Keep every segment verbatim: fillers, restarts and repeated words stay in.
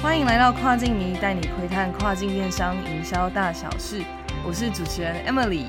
欢迎来到跨境迷，带你窥探跨境电商营销大小事。我是主持人 Emily。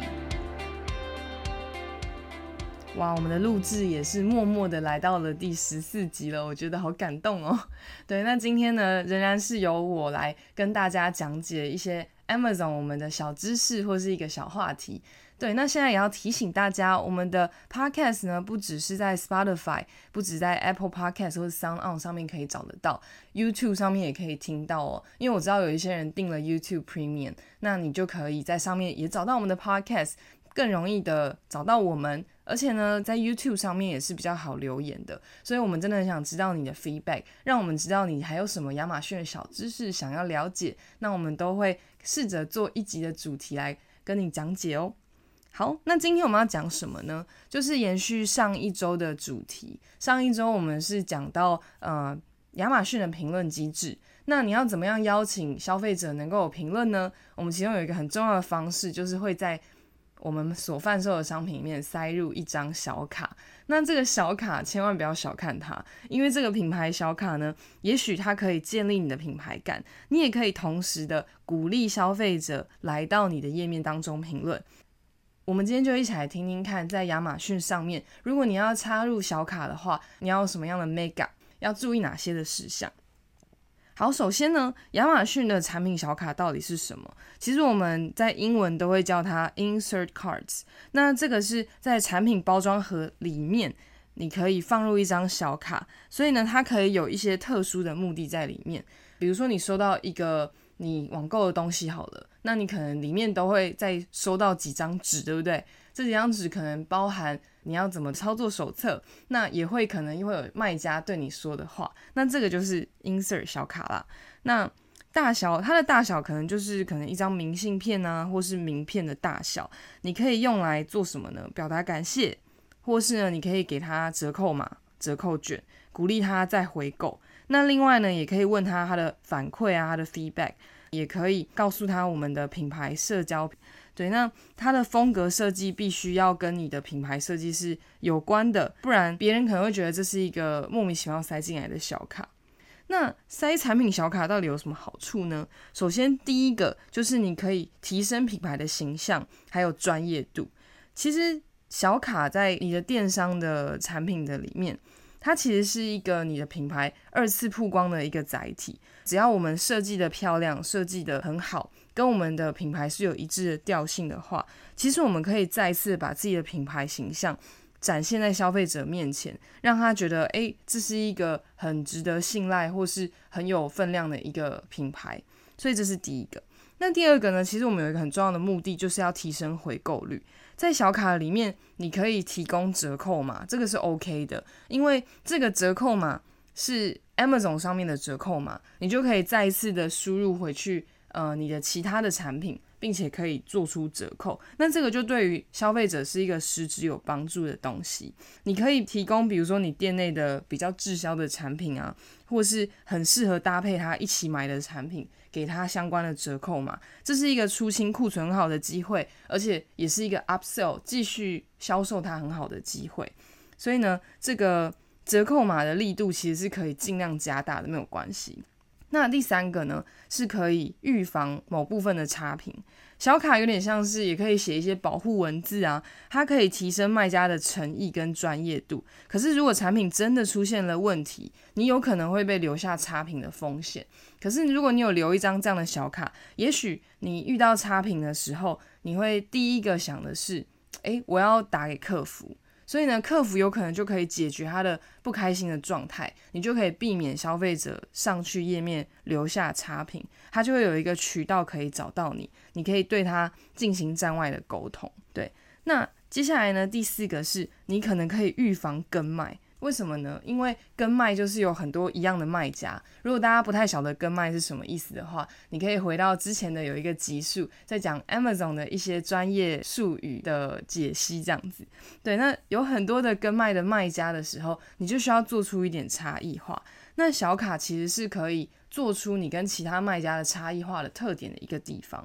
哇，我们的录制也是默默的来到了第十四集了，我觉得好感动哦。对，那今天呢，仍然是由我来跟大家讲解一些 Amazon 我们的小知识或是一个小话题。对，那现在也要提醒大家，我们的 Podcast 呢，不只是在 Spotify， 不只在 Apple Podcast 或者 SoundOn 上面可以找得到， YouTube 上面也可以听到哦。因为我知道有一些人订了 YouTube Premium， 那你就可以在上面也找到我们的 Podcast， 更容易的找到我们。而且呢，在 YouTube 上面也是比较好留言的，所以我们真的很想知道你的 feedback， 让我们知道你还有什么亚马逊的小知识想要了解，那我们都会试着做一集的主题来跟你讲解哦。好，那今天我们要讲什么呢？就是延续上一周的主题。上一周我们是讲到呃亚马逊的评论机制，那你要怎么样邀请消费者能够有评论呢？我们其中有一个很重要的方式，就是会在我们所贩售的商品里面塞入一张小卡。那这个小卡千万不要小看它，因为这个品牌小卡呢，也许它可以建立你的品牌感，你也可以同时的鼓励消费者来到你的页面当中评论。我们今天就一起来听听看，在亚马逊上面，如果你要插入小卡的话，你要有什么样的 make up， 要注意哪些的事项。好，首先呢，亚马逊的产品小卡到底是什么？其实我们在英文都会叫它 insert cards， 那这个是在产品包装盒里面你可以放入一张小卡，所以呢，它可以有一些特殊的目的在里面。比如说你收到一个你网购的东西好了，那你可能里面都会再收到几张纸，对不对？这几张纸可能包含你要怎么操作手册，那也会可能会有卖家对你说的话，那这个就是 insert 小卡啦。那大小，它的大小可能就是可能一张明信片啊，或是名片的大小，你可以用来做什么呢？表达感谢，或是呢，你可以给他折扣码、折扣券，鼓励他再回购。那另外呢，也可以问他他的反馈啊，他的 feedback， 也可以告诉他我们的品牌社交。对，那它的风格设计必须要跟你的品牌设计是有关的，不然别人可能会觉得这是一个莫名其妙塞进来的小卡。那塞产品小卡到底有什么好处呢？首先第一个就是你可以提升品牌的形象还有专业度。其实小卡在你的电商的产品的里面，它其实是一个你的品牌二次曝光的一个载体。只要我们设计的漂亮，设计的很好，跟我们的品牌是有一致的调性的话，其实我们可以再次把自己的品牌形象展现在消费者面前，让他觉得诶，这是一个很值得信赖或是很有分量的一个品牌。所以这是第一个。那第二个呢，其实我们有一个很重要的目的，就是要提升回购率。在小卡里面你可以提供折扣码，这个是 OK 的，因为这个折扣码是 Amazon 上面的折扣码，你就可以再一次的输入回去呃你的其他的产品，并且可以做出折扣。那这个就对于消费者是一个实质有帮助的东西。你可以提供比如说你店内的比较滞销的产品啊，或是很适合搭配它一起买的产品，给它相关的折扣码，这是一个出清库存很好的机会，而且也是一个 upsell 继续销售它很好的机会。所以呢，这个折扣码的力度其实是可以尽量加大的，没有关系。那第三个呢，是可以预防某部分的差评。小卡有点像是也可以写一些保护文字啊，它可以提升卖家的诚意跟专业度。可是如果产品真的出现了问题，你有可能会被留下差评的风险。可是如果你有留一张这样的小卡，也许你遇到差评的时候，你会第一个想的是，诶，我要打给客服。所以呢，客服有可能就可以解决他的不开心的状态，你就可以避免消费者上去页面留下差评，他就会有一个渠道可以找到你，你可以对他进行站外的沟通。对，那接下来呢，第四个是你可能可以预防跟卖。为什么呢？因为跟卖就是有很多一样的卖家。如果大家不太晓得跟卖是什么意思的话，你可以回到之前的有一个集数，在讲 Amazon 的一些专业术语的解析这样子。对，那有很多的跟卖的卖家的时候，你就需要做出一点差异化。那小卡其实是可以做出你跟其他卖家的差异化的特点的一个地方。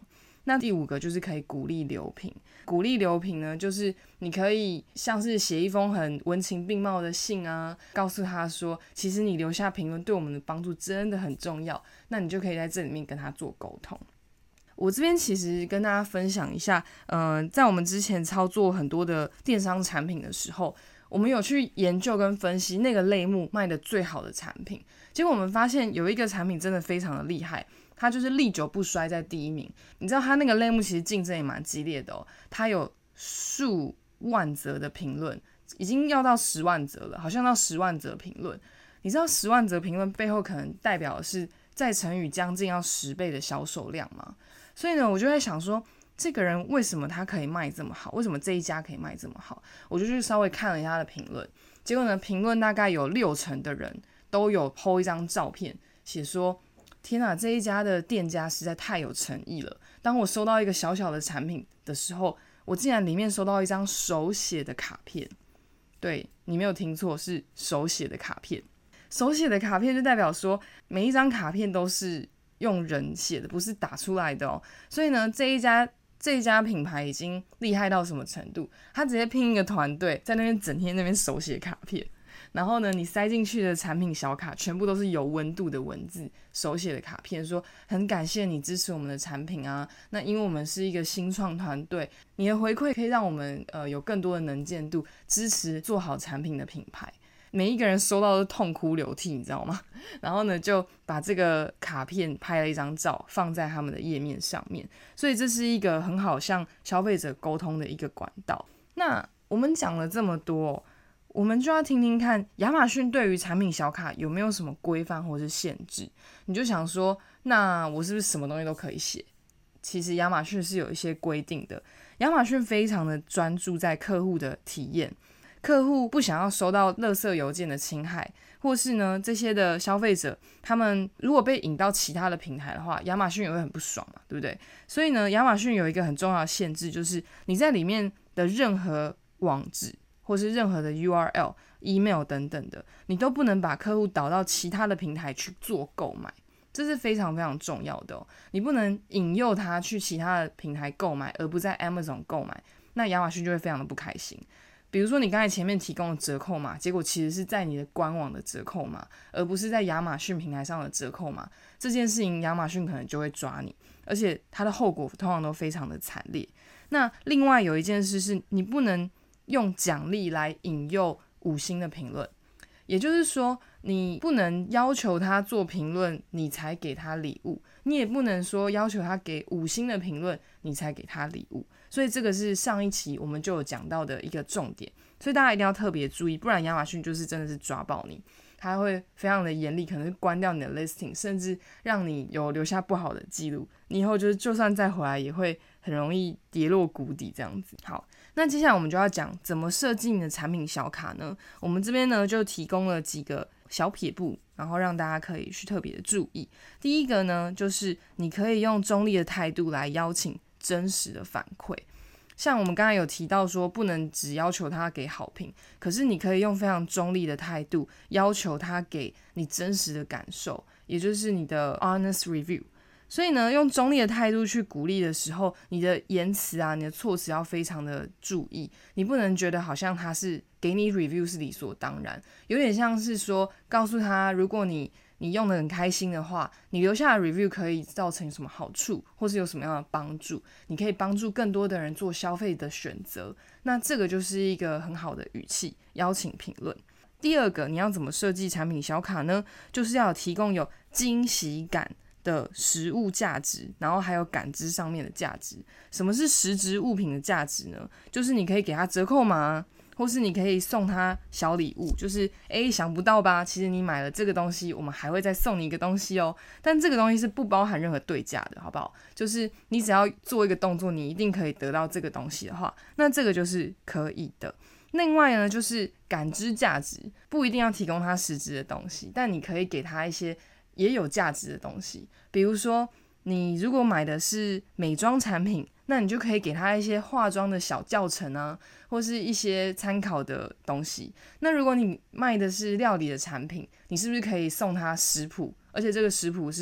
那第五个就是可以鼓励留评。鼓励留评呢，就是你可以像是写一封很文情并茂的信啊，告诉他说其实你留下评论对我们的帮助真的很重要，那你就可以在这里面跟他做沟通。我这边其实跟大家分享一下，呃，在我们之前操作很多的电商产品的时候，我们有去研究跟分析那个类目卖的最好的产品，结果我们发现有一个产品真的非常的厉害，它就是历久不衰在第一名。你知道它那个类目其实竞争也蛮激烈的哦，它有数万则的评论，已经要到十万则了，好像到十万则评论。你知道十万则评论背后可能代表的是再乘以将近要十倍的销售量吗？所以呢，我就在想说，这个人为什么他可以卖这么好？为什么这一家可以卖这么好？我就去稍微看了一下他的评论，结果呢，评论大概有六成的人都有 po 一张照片，写说：天啊，这一家的店家实在太有诚意了。当我收到一个小小的产品的时候，我竟然里面收到一张手写的卡片。对，你没有听错，是手写的卡片。手写的卡片就代表说，每一张卡片都是用人写的，不是打出来的哦。所以呢，这一家这一家品牌已经厉害到什么程度？他直接拼一个团队，在那边整天那边手写卡片，然后呢，你塞进去的产品小卡全部都是有温度的文字，手写的卡片，说很感谢你支持我们的产品啊。那因为我们是一个新创团队，你的回馈可以让我们呃有更多的能见度，支持做好产品的品牌。每一个人收到都痛哭流涕，你知道吗？然后呢，就把这个卡片拍了一张照，放在他们的页面上面。所以这是一个很好向消费者沟通的一个管道。那我们讲了这么多，我们就要听听看亚马逊对于产品小卡有没有什么规范或是限制。你就想说，那我是不是什么东西都可以写？其实亚马逊是有一些规定的。亚马逊非常的专注在客户的体验。客户不想要收到垃圾邮件的侵害，或是呢这些的消费者，他们如果被引到其他的平台的话，亚马逊也会很不爽嘛，对不对？所以呢，亚马逊有一个很重要的限制，就是你在里面的任何网址或是任何的 U R L、email 等等的，你都不能把客户导到其他的平台去做购买，这是非常非常重要的哦。你不能引诱他去其他的平台购买，而不在 Amazon 购买，那亚马逊就会非常的不开心。比如说你刚才前面提供的折扣码，结果其实是在你的官网的折扣码，而不是在亚马逊平台上的折扣码，这件事情亚马逊可能就会抓你，而且它的后果通常都非常的惨烈。那另外有一件事是，你不能用奖励来引诱五星的评论，也就是说你不能要求他做评论你才给他礼物，你也不能说要求他给五星的评论你才给他礼物。所以这个是上一期我们就有讲到的一个重点，所以大家一定要特别注意，不然亚马逊就是真的是抓爆你，他会非常的严厉，可能是关掉你的 listing， 甚至让你有留下不好的记录，你以后就是就算再回来也会很容易跌落谷底这样子。好，那接下来我们就要讲怎么设计你的产品小卡呢？我们这边呢就提供了几个小撇步，然后让大家可以去特别的注意。第一个呢，就是你可以用中立的态度来邀请真实的反馈，像我们刚才有提到说，不能只要求他给好评，可是你可以用非常中立的态度要求他给你真实的感受，也就是你的 honest review。 所以呢，用中立的态度去鼓励的时候，你的言辞啊，你的措辞要非常的注意，你不能觉得好像他是给你 review 是理所当然，有点像是说告诉他，如果你你用得很开心的话，你留下的 review 可以造成什么好处，或是有什么样的帮助，你可以帮助更多的人做消费的选择，那这个就是一个很好的语气邀请评论。第二个，你要怎么设计产品小卡呢？就是要提供有惊喜感的实物价值，然后还有感知上面的价值。什么是实质物品的价值呢？就是你可以给他折扣码，或是你可以送他小礼物，就是诶想不到吧，其实你买了这个东西，我们还会再送你一个东西哦，但这个东西是不包含任何对价的，好不好？就是你只要做一个动作，你一定可以得到这个东西的话，那这个就是可以的。另外呢，就是感知价值，不一定要提供他实质的东西，但你可以给他一些也有价值的东西。比如说你如果买的是美妆产品，那你就可以给他一些化妆的小教程啊，或是一些参考的东西。那如果你卖的是料理的产品，你是不是可以送他食谱，而且这个食谱是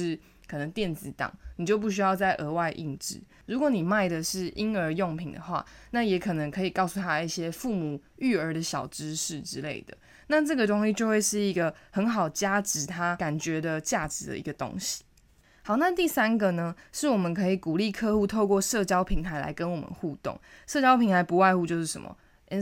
可能电子档，你就不需要再额外印制。如果你卖的是婴儿用品的话，那也可能可以告诉他一些父母育儿的小知识之类的，那这个东西就会是一个很好加值他感觉的价值的一个东西。好，那第三个呢，是我们可以鼓励客户透过社交平台来跟我们互动。社交平台不外乎就是什么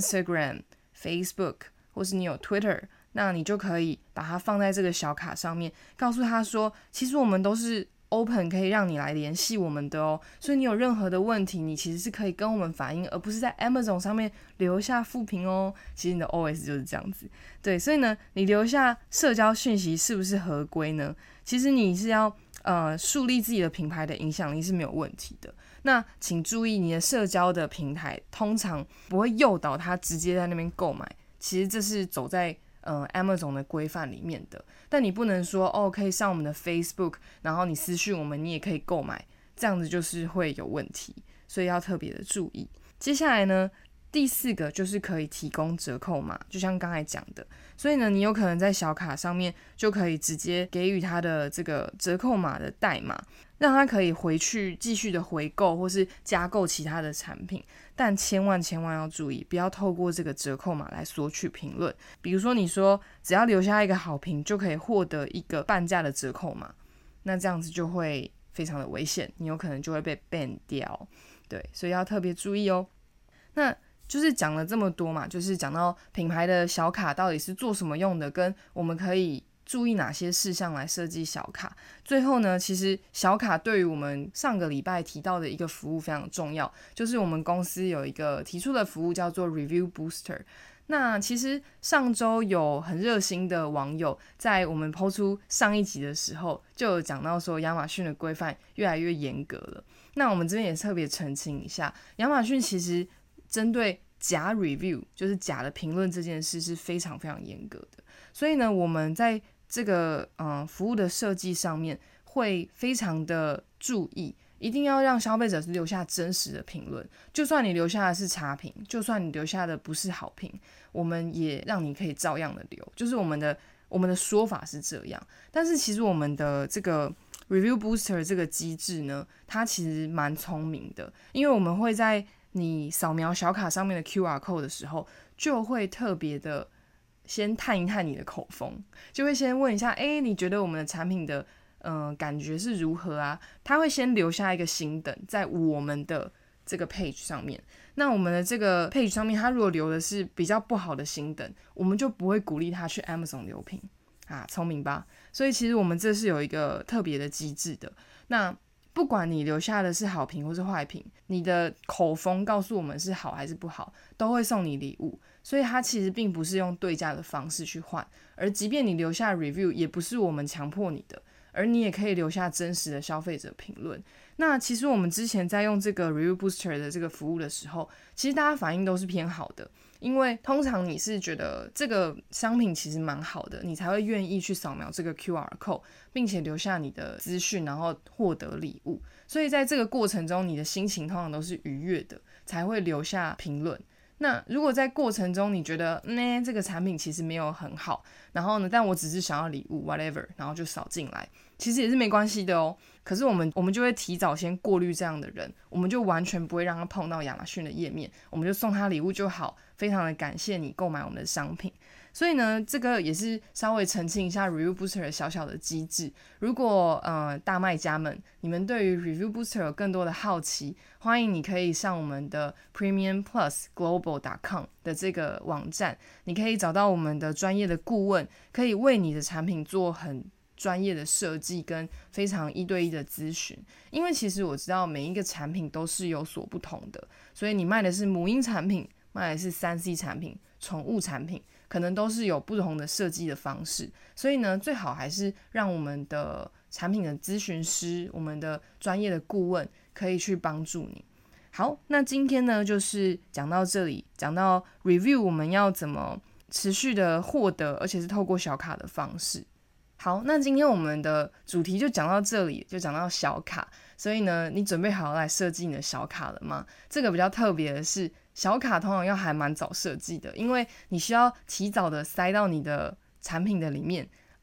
Instagram、Facebook， 或是你有 Twitter， 那你就可以把它放在这个小卡上面，告诉他说其实我们都是open 可以让你来联系我们的哦，所以你有任何的问题，你其实是可以跟我们反映，而不是在 Amazon 上面留下负评哦。其实你的 O S 就是这样子，对，所以呢，你留下社交讯息是不是合规呢？其实你是要呃树立自己的品牌的影响力是没有问题的。那请注意，你的社交的平台通常不会诱导他直接在那边购买，其实这是走在呃 Amazon 的规范里面的，但你不能说哦可以上我们的 Facebook， 然后你私讯我们你也可以购买，这样子就是会有问题，所以要特别的注意。接下来呢，第四个就是可以提供折扣码，就像刚才讲的，所以呢你有可能在小卡上面就可以直接给予他的这个折扣码的代码，让他可以回去继续的回购或是加购其他的产品，但千万千万要注意，不要透过这个折扣码来索取评论。比如说你说只要留下一个好评就可以获得一个半价的折扣码，那这样子就会非常的危险，你有可能就会被 ban 掉，对，所以要特别注意哦。那就是讲了这么多嘛，就是讲到品牌的小卡到底是做什么用的，跟我们可以注意哪些事项来设计小卡。最后呢，其实小卡对于我们上个礼拜提到的一个服务非常重要，就是我们公司有一个提出的服务叫做 Review Booster。那其实上周有很热心的网友在我们 po 出上一集的时候就有讲到说亚马逊的规范越来越严格了。那我们这边也特别澄清一下，亚马逊其实针对假 review 就是假的评论这件事是非常非常严格的，所以呢我们在这个、呃、服务的设计上面会非常的注意，一定要让消费者留下真实的评论，就算你留下的是差评，就算你留下的不是好评，我们也让你可以照样的留，就是我们的我们的说法是这样。但是其实我们的这个 Review Booster 这个机制呢，它其实蛮聪明的，因为我们会在你扫描小卡上面的 Q R code 的时候，就会特别的先探一探你的口风，就会先问一下，哎，你觉得我们的产品的呃感觉是如何啊？他会先留下一个星等在我们的这个 page 上面。那我们的这个 page 上面，他如果留的是比较不好的星等，我们就不会鼓励他去 Amazon 留评啊，聪明吧？所以其实我们这是有一个特别的机制的。那不管你留下的是好评或是坏评，你的口风告诉我们是好还是不好，都会送你礼物。所以它其实并不是用对价的方式去换，而即便你留下 review 也不是我们强迫你的，而你也可以留下真实的消费者评论。那其实我们之前在用这个 Review Booster 的这个服务的时候，其实大家反应都是偏好的，因为通常你是觉得这个商品其实蛮好的，你才会愿意去扫描这个 Q R code， 并且留下你的资讯，然后获得礼物。所以在这个过程中，你的心情通常都是愉悦的，才会留下评论。那如果在过程中你觉得呢这个产品其实没有很好，然后呢但我只是想要礼物 whatever， 然后就扫进来，其实也是没关系的哦。可是我们我们就会提早先过滤这样的人，我们就完全不会让他碰到亚马逊的页面，我们就送他礼物就好，非常的感谢你购买我们的商品。所以呢这个也是稍微澄清一下 Review Booster 的小小的机制。如果呃大卖家们你们对于 Review Booster 有更多的好奇，欢迎你可以上我们的 premium plus global dot com 的这个网站，你可以找到我们的专业的顾问，可以为你的产品做很专业的设计跟非常一对一的咨询。因为其实我知道每一个产品都是有所不同的，所以你卖的是母婴产品，卖的是 三 C 产品，宠物产品，可能都是有不同的设计的方式。所以呢最好还是让我们的产品的咨询师，我们的专业的顾问可以去帮助你。好，那今天呢就是讲到这里，讲到 review 我们要怎么持续的获得，而且是透过小卡的方式。好，那今天我们的主题就讲到这里，就讲到小卡。所以呢你准备好来设计你的小卡了吗？这个比较特别的是，小卡通常要还蛮早设计的，因为你需要提早的塞到你的产品的里面，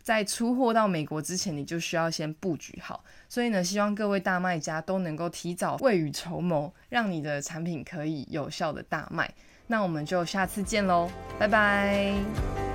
在出货到美国之前，你就需要先布局好。所以呢，希望各位大卖家都能够提早未雨绸缪，让你的产品可以有效的大卖。那我们就下次见咯，拜拜。